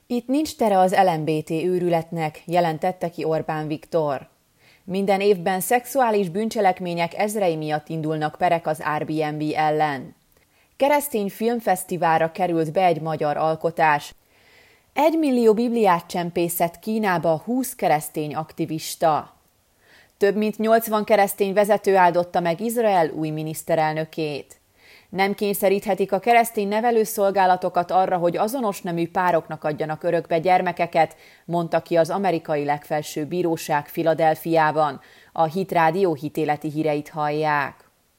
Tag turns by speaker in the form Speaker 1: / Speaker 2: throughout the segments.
Speaker 1: Itt nincs tere az LMBT őrületnek, jelentette ki Orbán Viktor. Minden évben szexuális bűncselekmények ezrei miatt indulnak perek az Airbnb ellen. Keresztény filmfesztiválra került be egy magyar alkotás. 1 millió bibliát csempészett Kínába 20 keresztény aktivista. Több mint 80 keresztény vezető áldotta meg Izrael új miniszterelnökét. Nem kényszeríthetik a keresztény nevelőszolgálatokat arra, hogy azonos nemű pároknak adjanak örökbe gyermekeket, mondta ki az amerikai legfelsőbb bíróság Philadelphiában. A Hit Rádió hitéleti híreit hallják.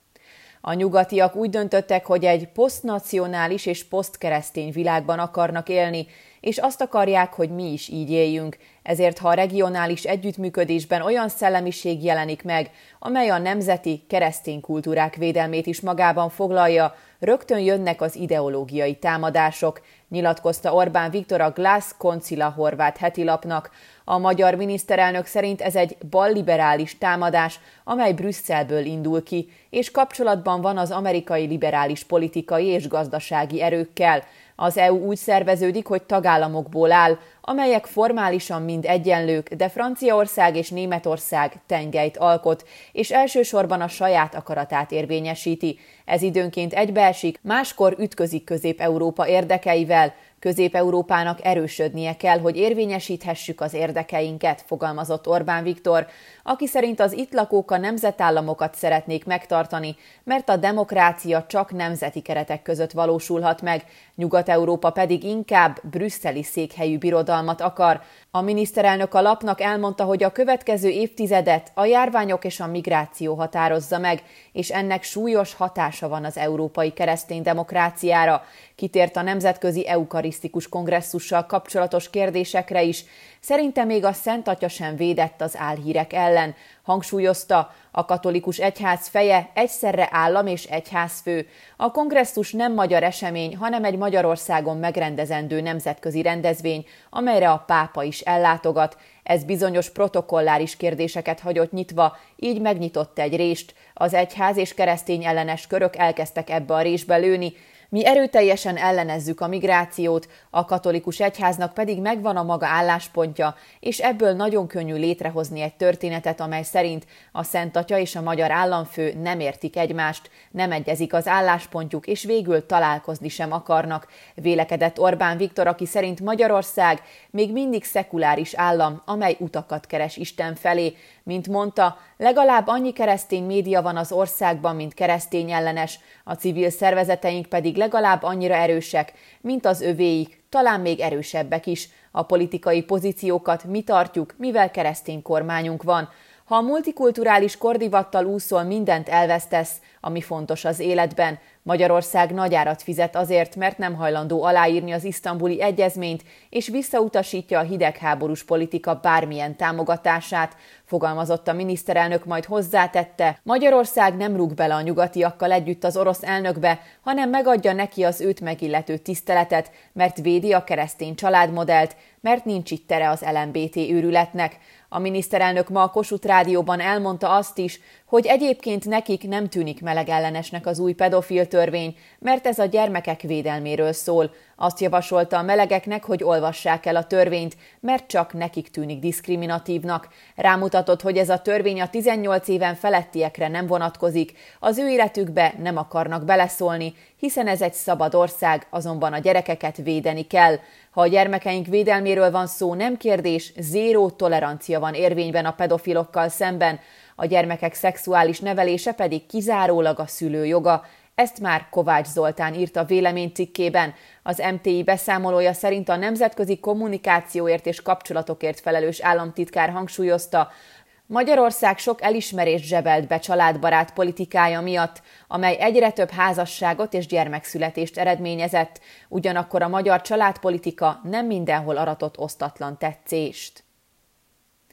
Speaker 1: A nyugatiak úgy döntöttek, hogy egy posztnacionális és posztkeresztény világban akarnak élni, és azt akarják, hogy mi is így éljünk. Ezért, ha a regionális együttműködésben olyan szellemiség jelenik meg, amely a nemzeti keresztény kultúrák védelmét is magában foglalja, rögtön jönnek az ideológiai támadások, nyilatkozta Orbán Viktor a Glass Koncila horvát hetilapnak. A magyar miniszterelnök szerint ez egy balliberális támadás, amely Brüsszelből indul ki, és kapcsolatban van az amerikai liberális politikai és gazdasági erőkkel. Az EU úgy szerveződik, hogy tagállamokból áll, amelyek formálisan mind egyenlők, de Franciaország és Németország tengelyt alkot, és elsősorban a saját akaratát érvényesíti. Ez időnként egybeesik, máskor ütközik Közép-Európa érdekeivel. Közép-Európának erősödnie kell, hogy érvényesíthessük az érdekeinket, fogalmazott Orbán Viktor, aki szerint az itt lakók a nemzetállamokat szeretnék megtartani, mert a demokrácia csak nemzeti keretek között valósulhat meg, Nyugat-Európa pedig inkább brüsszeli székhelyű birodalmat akar. A miniszterelnök a lapnak elmondta, hogy a következő évtizedet a járványok és a migráció határozza meg, és ennek súlyos hatása van az európai keresztény demokráciára. Kitért a Nemzetközi Eukarisztikus Kongresszussal kapcsolatos kérdésekre is. Szerinte még a Szent Atya sem védett az álhírek ellen. Hangsúlyozta, a katolikus egyház feje egyszerre állam és egyházfő. A kongresszus nem magyar esemény, hanem egy Magyarországon megrendezendő nemzetközi rendezvény, amelyre a pápa is ellátogat. Ez bizonyos protokolláris kérdéseket hagyott nyitva, így megnyitott egy rést. Az egyház és keresztény ellenes körök elkezdtek ebbe a résbe lőni. Mi erőteljesen ellenezzük a migrációt, a katolikus egyháznak pedig megvan a maga álláspontja, és ebből nagyon könnyű létrehozni egy történetet, amely szerint a Szent Atya és a magyar államfő nem értik egymást, nem egyezik az álláspontjuk, és végül találkozni sem akarnak, vélekedett Orbán Viktor, aki szerint Magyarország még mindig szekuláris állam, amely utakat keres Isten felé. Mint mondta, legalább annyi keresztény média van az országban, mint keresztény ellenes, a civil szervezeteink pedig legalább annyira erősek, mint az övéik, talán még erősebbek is. A politikai pozíciókat mi tartjuk, mivel keresztény kormányunk van. Ha a multikulturális kordivattal úszol, mindent elvesztesz, ami fontos az életben. Magyarország nagy árat fizet azért, mert nem hajlandó aláírni az isztambuli egyezményt, és visszautasítja a hidegháborús politika bármilyen támogatását, fogalmazott a miniszterelnök, majd hozzátette, Magyarország nem rúg bele a nyugatiakkal együtt az orosz elnökbe, hanem megadja neki az őt megillető tiszteletet, mert védi a keresztény családmodellt, mert nincs itt tere az LMBT őrületnek. A miniszterelnök ma a Kossuth Rádióban elmondta azt is, hogy egyébként nekik nem tűnik melegellenesnek az új pedofil törvény, mert ez a gyermekek védelméről szól. Azt javasolta a melegeknek, hogy olvassák el a törvényt, mert csak nekik tűnik diszkriminatívnak. Rámutatott, hogy ez a törvény a 18 éven felettiekre nem vonatkozik, az ő életükbe nem akarnak beleszólni, hiszen ez egy szabad ország, azonban a gyerekeket védeni kell. Ha a gyermekeink védelméről van szó, nem kérdés, zéró tolerancia van érvényben a pedofilokkal szemben, a gyermekek szexuális nevelése pedig kizárólag a szülő joga. Ezt már Kovács Zoltán írta véleménycikkében. Az MTI beszámolója szerint a nemzetközi kommunikációért és kapcsolatokért felelős államtitkár hangsúlyozta, Magyarország sok elismerést zsebelt be családbarát politikája miatt, amely egyre több házasságot és gyermekszületést eredményezett, ugyanakkor a magyar családpolitika nem mindenhol aratott osztatlan tetszést.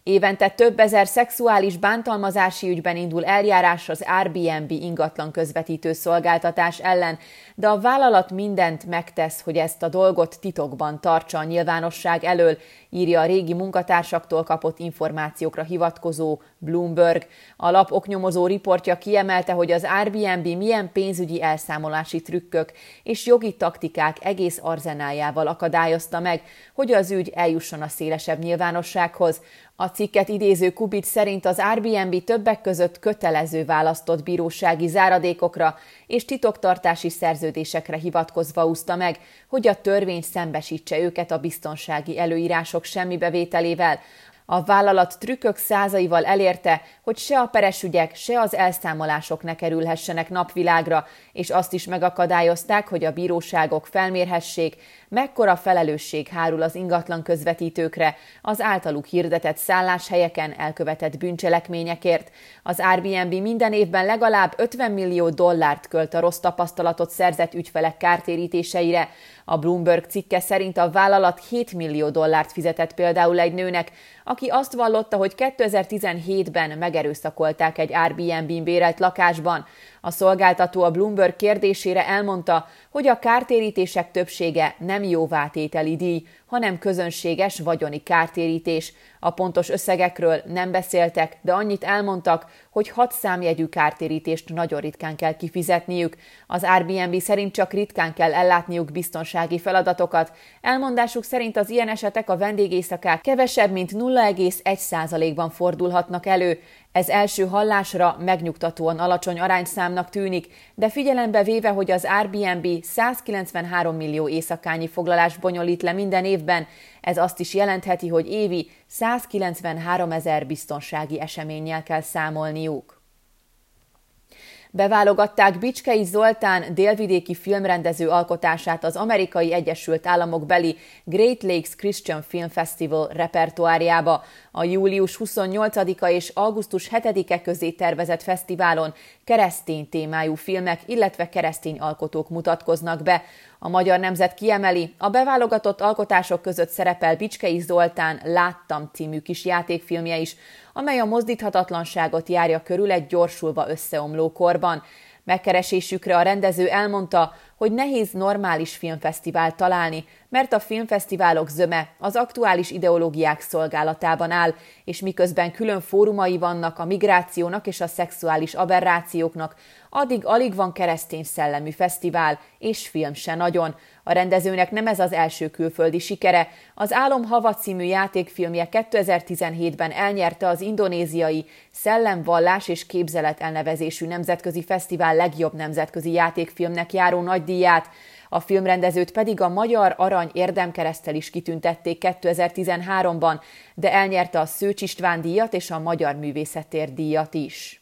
Speaker 1: Évente több ezer szexuális bántalmazási ügyben indul eljárás az Airbnb ingatlan közvetítő szolgáltatás ellen, de a vállalat mindent megtesz, hogy ezt a dolgot titokban tartsa a nyilvánosság elől, írja a régi munkatársaktól kapott információkra hivatkozó Bloomberg. A lap oknyomozó riportja kiemelte, hogy az Airbnb milyen pénzügyi elszámolási trükkök és jogi taktikák egész arzenájával akadályozta meg, hogy az ügy eljusson a szélesebb nyilvánossághoz. A cikket idéző Kubic szerint az Airbnb többek között kötelező választott bírósági záradékokra és titoktartási szerződésekre hivatkozva úszta meg, hogy a törvény szembesítse őket a biztonsági előírások semmibevételével. A vállalat trükkök százaival elérte, hogy se a peres ügyek, se az elszámolások ne kerülhessenek napvilágra, és azt is megakadályozták, hogy a bíróságok felmérhessék, mekkora felelősség hárul az ingatlan közvetítőkre az általuk hirdetett szálláshelyeken elkövetett bűncselekményekért. Az Airbnb minden évben legalább $50 millió költ a rossz tapasztalatot szerzett ügyfelek kártérítéseire. A Bloomberg cikke szerint a vállalat $7 millió fizetett például egy nőnek, aki azt vallotta, hogy 2017-ben megerőszakolták egy Airbnb-n bérelt lakásban. A szolgáltató a Bloomberg kérdésére elmondta, hogy a kártérítések többsége nem jóvátételi díj, hanem közönséges vagyoni kártérítés. A pontos összegekről nem beszéltek, de annyit elmondtak, hogy 6 számjegyű kártérítést nagyon ritkán kell kifizetniük. Az Airbnb szerint csak ritkán kell ellátniuk biztonsági feladatokat. Elmondásuk szerint az ilyen esetek a vendégéjszakák kevesebb, mint 0,1%-ban fordulhatnak elő. Ez első hallásra megnyugtatóan alacsony arányszámnak tűnik, de figyelembe véve, hogy az Airbnb 193 millió éjszakányi foglalást bonyolít le minden évben, ez azt is jelentheti, hogy évi 193 000 biztonsági eseménnyel kell számolniuk. Beválogatták Bicskei Zoltán délvidéki filmrendező alkotását az Amerikai Egyesült Államok beli Great Lakes Christian Film Festival repertoárjába. A július 28-a és augusztus 7-e közé tervezett fesztiválon keresztény témájú filmek, illetve keresztény alkotók mutatkoznak be. A Magyar Nemzet kiemeli, a beválogatott alkotások között szerepel Bicskei Zoltán Láttam című kis játékfilmje is, amely a mozdíthatatlanságot járja körül egy gyorsulva összeomló korban. Megkeresésükre a rendező elmondta, hogy nehéz normális filmfesztivált találni, mert a filmfesztiválok zöme az aktuális ideológiák szolgálatában áll, és miközben külön fórumai vannak a migrációnak és a szexuális aberrációknak, addig alig van keresztény szellemű fesztivál, és film se nagyon. A rendezőnek nem ez az első külföldi sikere. Az Álom Hava című játékfilmje 2017-ben elnyerte az indonéziai Szellem, Vallás és Képzelet elnevezésű nemzetközi fesztivál legjobb nemzetközi játékfilmnek járó nagydíját. A filmrendezőt pedig a Magyar Arany Érdemkereszttel is kitüntették 2013-ban, de elnyerte a Szőcs István díjat és a Magyar Művészettér díjat is.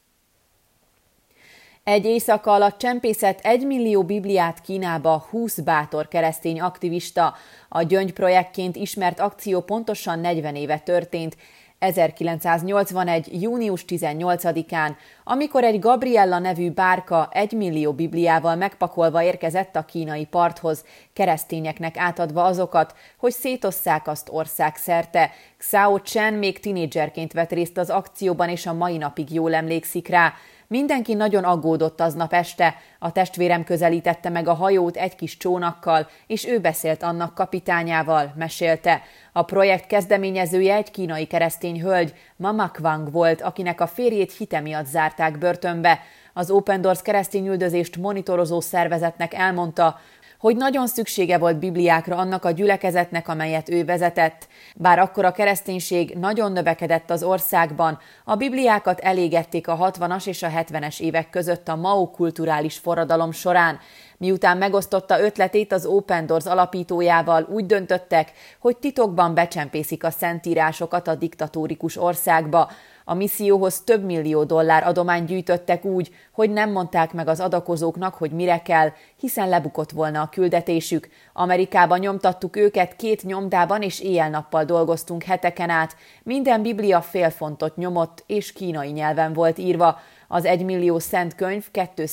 Speaker 1: Egy éjszaka alatt csempészett 1 millió Bibliát Kínába 20 bátor keresztény aktivista. A Gyöngy projektként ismert akció pontosan 40 éve történt, 1981. június 18-án, amikor egy Gabriella nevű bárka 1 millió Bibliával megpakolva érkezett a kínai parthoz, keresztényeknek átadva azokat, hogy szétosszák azt országszerte. Xiao Chen még tinédzserként vett részt az akcióban, és a mai napig jól emlékszik rá. Mindenki nagyon aggódott aznap este, a testvérem közelítette meg a hajót egy kis csónakkal, és ő beszélt annak kapitányával, mesélte. A projekt kezdeményezője egy kínai keresztény hölgy, Mama Kwang volt, akinek a férjét hite miatt zárták börtönbe. Az Open Doors keresztényüldözést monitorozó szervezetnek elmondta, hogy nagyon szüksége volt Bibliákra annak a gyülekezetnek, amelyet ő vezetett. Bár akkor a kereszténység nagyon növekedett az országban, a Bibliákat elégették a 60-as és a 70-es évek között a Mao kulturális forradalom során. Miután megosztotta ötletét az Open Doors alapítójával, úgy döntöttek, hogy titokban becsempészik a szentírásokat a diktatórikus országba. A misszióhoz több millió dollár adományt gyűjtöttek úgy, hogy nem mondták meg az adakozóknak, hogy mire kell, hiszen lebukott volna a küldetésük. Amerikában nyomtattuk őket 2 nyomdában, és éjjel-nappal dolgoztunk heteken át. Minden biblia fél fontot nyomott, és kínai nyelven volt írva. Az 1 millió szent könyv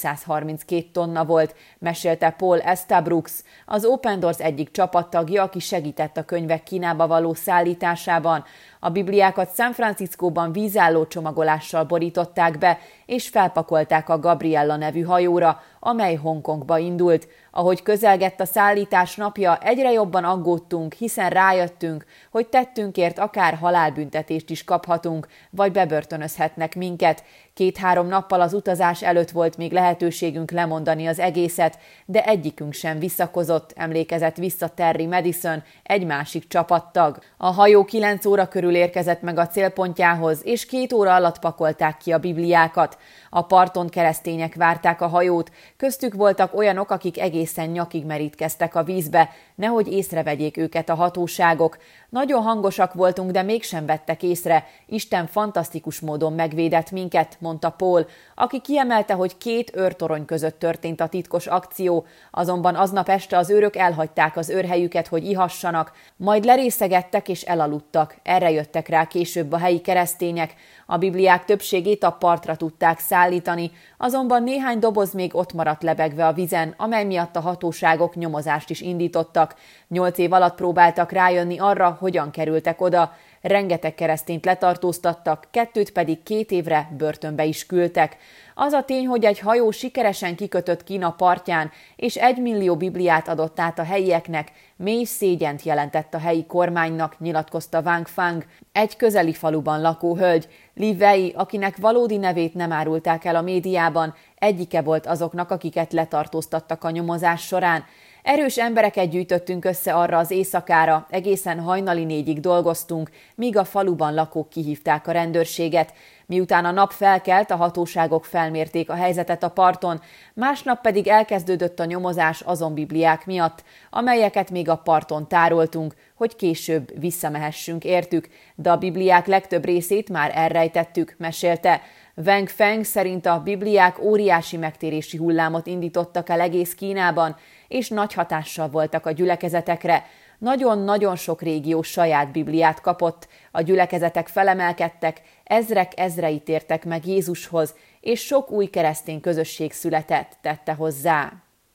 Speaker 1: 232 tonna volt, mesélte Paul Estabrooks, az Open Doors egyik csapattagja, aki segített a könyvek Kínába való szállításában. A bibliákat San Franciscóban vízálló csomagolással borították be, és felpakolták a Gabriella nevű hajóra, amely Hongkongba indult. Ahogy közelgett a szállítás napja, egyre jobban aggódtunk, hiszen rájöttünk, hogy tettünkért akár halálbüntetést is kaphatunk, vagy bebörtönözhetnek minket. 2-3 nappal az utazás előtt volt még lehetőségünk lemondani az egészet, de egyikünk sem visszakozott, emlékezett vissza Terry Madison, egy másik csapattag. A hajó 9 óra körül érkezett meg a célpontjához, és 2 óra alatt pakolták ki a bibliákat. A parton keresztények várták a hajót, köztük voltak olyanok, akik egészen nyakig merítkeztek a vízbe, nehogy észrevegyék őket a hatóságok. Nagyon hangosak voltunk, de mégsem vettek észre. Isten fantasztikus módon megvédett minket, mondta Paul, aki kiemelte, hogy 2 őrtorony között történt a titkos akció, azonban aznap este az őrök elhagyták az őrhelyüket, hogy ihassanak, majd lerészegettek és elaludtak. Erre jöttek rá később a helyi keresztények. A bibliák többségét a partra tudták szállítani, azonban néhány doboz még ott maradt lebegve a vízen, amely miatt a hatóságok nyomozást is indítottak. 8 év alatt próbáltak rájönni arra, hogyan kerültek oda. Rengeteg keresztényt letartóztattak, 2 pedig 2 évre börtönbe is küldtek. Az a tény, hogy egy hajó sikeresen kikötött Kína partján, és 1 millió bibliát adott át a helyieknek, mély szégyent jelentett a helyi kormánynak, nyilatkozta Wang Fang, egy közeli faluban lakó hölgy. Li Wei, akinek valódi nevét nem árulták el a médiában, egyike volt azoknak, akiket letartóztattak a nyomozás során. Erős embereket gyűjtöttünk össze arra az éjszakára, egészen hajnali 4-ig dolgoztunk, míg a faluban lakók kihívták a rendőrséget. Miután a nap felkelt, a hatóságok felmérték a helyzetet a parton, másnap pedig elkezdődött a nyomozás azon bibliák miatt, amelyeket még a parton tároltunk, hogy később visszamehessünk értük, de a bibliák legtöbb részét már elrejtettük, mesélte. Wang Feng szerint a bibliák óriási megtérési hullámot indítottak el egész Kínában, és nagy hatással voltak a gyülekezetekre. Nagyon-nagyon sok régió saját bibliát kapott, a gyülekezetek felemelkedtek, ezrek ezrei tértek meg Jézushoz, és sok új keresztény közösség született, tette hozzá.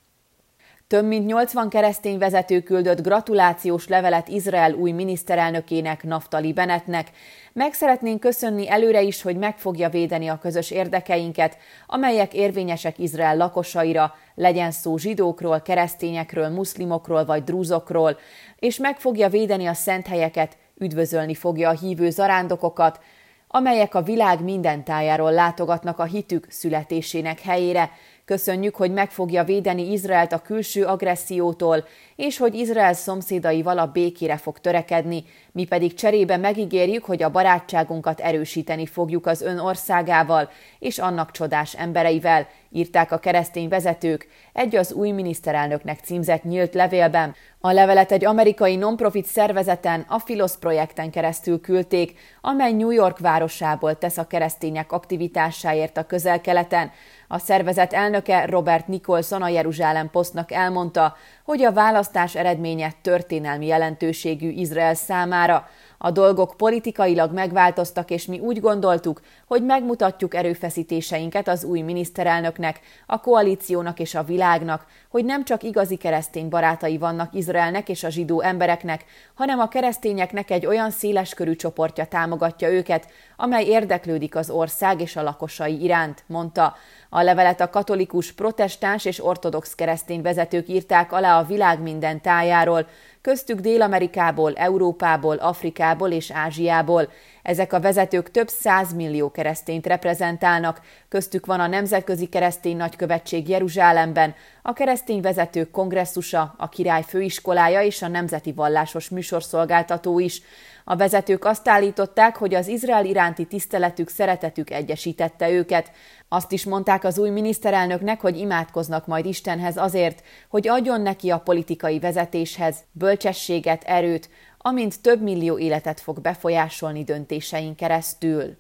Speaker 1: Több mint 80 keresztény vezető küldött gratulációs levelet Izrael új miniszterelnökének, Naftali Bennettnek. Meg szeretnénk köszönni előre is, hogy meg fogja védeni a közös érdekeinket, amelyek érvényesek Izrael lakosaira, legyen szó zsidókról, keresztényekről, muszlimokról vagy drúzokról, és meg fogja védeni a szent helyeket, üdvözölni fogja a hívő zarándokokat, amelyek a világ minden tájáról látogatnak a hitük születésének helyére. Köszönjük, hogy meg fogja védeni Izraelt a külső agressziótól, és hogy Izrael szomszédaival a békére fog törekedni, mi pedig cserébe megígérjük, hogy a barátságunkat erősíteni fogjuk az ön országával és annak csodás embereivel, írták a keresztény vezetők egy az új miniszterelnöknek címzett nyílt levélben. A levelet egy amerikai non-profit szervezeten, a Philos projekten keresztül küldték, amely New York városából tesz a keresztények aktivitásáért a Közel-Keleten. A szervezet elnöke Robert Nicholson a Jeruzsálem Postnak elmondta, hogy a választás eredménye történelmi jelentőségű Izrael számára. A dolgok politikailag megváltoztak, és mi úgy gondoltuk, hogy megmutatjuk erőfeszítéseinket az új miniszterelnöknek, a koalíciónak és a világnak, hogy nem csak igazi keresztény barátai vannak Izraelnek és a zsidó embereknek, hanem a keresztényeknek egy olyan széleskörű csoportja támogatja őket, amely érdeklődik az ország és a lakosai iránt, mondta. A levelet a katolikus, protestáns és ortodox keresztény vezetők írták alá a világ minden tájáról, köztük Dél-Amerikából, Európából, Afrikából és Ázsiából. Ezek a vezetők több 100 millió keresztényt reprezentálnak, köztük van a Nemzetközi Keresztény Nagykövetség Jeruzsálemben, a Keresztény Vezetők Kongresszusa, a Király Főiskolája és a Nemzeti Vallásos Műsorszolgáltató is. A vezetők azt állították, hogy az Izrael iránti tiszteletük, szeretetük egyesítette őket. Azt is mondták az új miniszterelnöknek, hogy imádkoznak majd Istenhez azért, hogy adjon neki a politikai vezetéshez bölcsességet, erőt, amint több millió életet fog befolyásolni döntésein keresztül.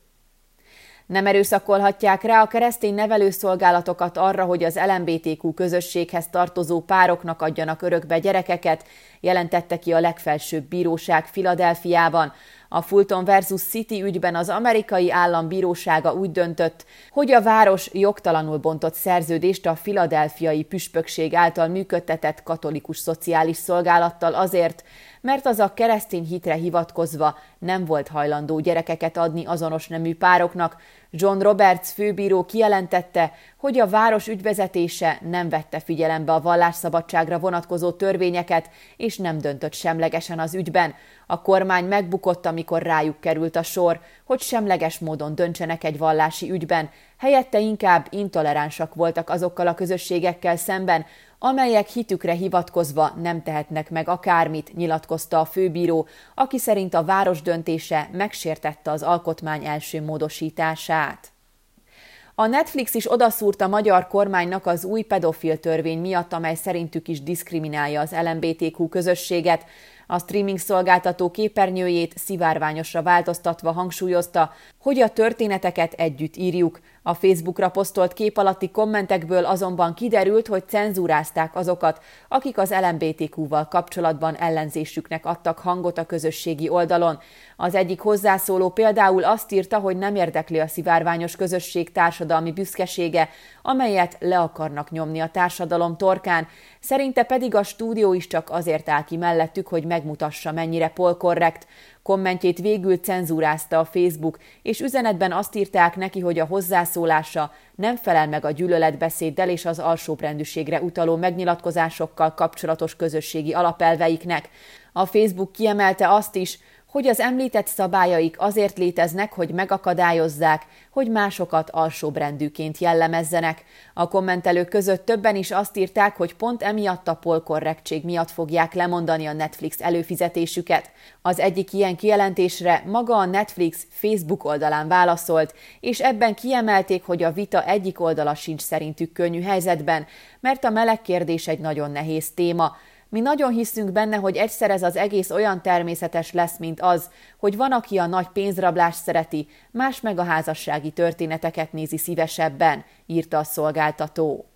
Speaker 1: Nem erőszakolhatják rá a keresztény nevelőszolgálatokat arra, hogy az LMBTQ közösséghez tartozó pároknak adjanak örökbe gyerekeket, jelentette ki a legfelsőbb bíróság Philadelphiában. A Fulton versus City ügyben az amerikai állam bírósága úgy döntött, hogy a város jogtalanul bontott szerződést a Philadelphiai püspökség által működtetett katolikus szociális szolgálattal azért, mert az a keresztény hitre hivatkozva nem volt hajlandó gyerekeket adni azonos nemű pároknak. John Roberts főbíró kijelentette, hogy a város ügyvezetése nem vette figyelembe a vallásszabadságra vonatkozó törvényeket, és nem döntött semlegesen az ügyben. A kormány megbukott, amikor rájuk került a sor, hogy semleges módon döntsenek egy vallási ügyben, helyette inkább intoleránsak voltak azokkal a közösségekkel szemben, amelyek hitükre hivatkozva nem tehetnek meg akármit, nyilatkozta a főbíró, aki szerint a város döntése megsértette az alkotmány első módosítását. A Netflix is odaszúrt a magyar kormánynak az új pedofil törvény miatt, amely szerintük is diszkriminálja az LMBTQ közösséget. A streaming szolgáltató képernyőjét szivárványosra változtatva hangsúlyozta, hogy a történeteket együtt írjuk. A Facebookra posztolt kép alatti kommentekből azonban kiderült, hogy cenzúrázták azokat, akik az LMBTQ-val kapcsolatban ellenzésüknek adtak hangot a közösségi oldalon. Az egyik hozzászóló például azt írta, hogy nem érdekli a szivárványos közösség társadalmi büszkesége, amelyet le akarnak nyomni a társadalom torkán. Szerinte pedig a stúdió is csak azért áll ki mellettük, hogy megmutassa, mennyire polkorrekt. Kommentjét végül cenzúrázta a Facebook, és üzenetben azt írták neki, hogy a hozzászólása nem felel meg a gyűlöletbeszéddel és az alsóbrendűségre utaló megnyilatkozásokkal kapcsolatos közösségi alapelveiknek. A Facebook kiemelte azt is, hogy az említett szabályaik azért léteznek, hogy megakadályozzák, hogy másokat alsóbrendűként jellemezzenek. A kommentelők között többen is azt írták, hogy pont emiatt a polkorrektség miatt fogják lemondani a Netflix előfizetésüket. Az egyik ilyen kijelentésre maga a Netflix Facebook oldalán válaszolt, és ebben kiemelték, hogy a vita egyik oldala sincs szerintük könnyű helyzetben, mert a meleg kérdés egy nagyon nehéz téma. Mi nagyon hiszünk benne, hogy egyszer ez az egész olyan természetes lesz, mint az, hogy van, aki a nagy pénzrablást szereti, más meg a házassági történeteket nézi szívesebben, írta a szolgáltató.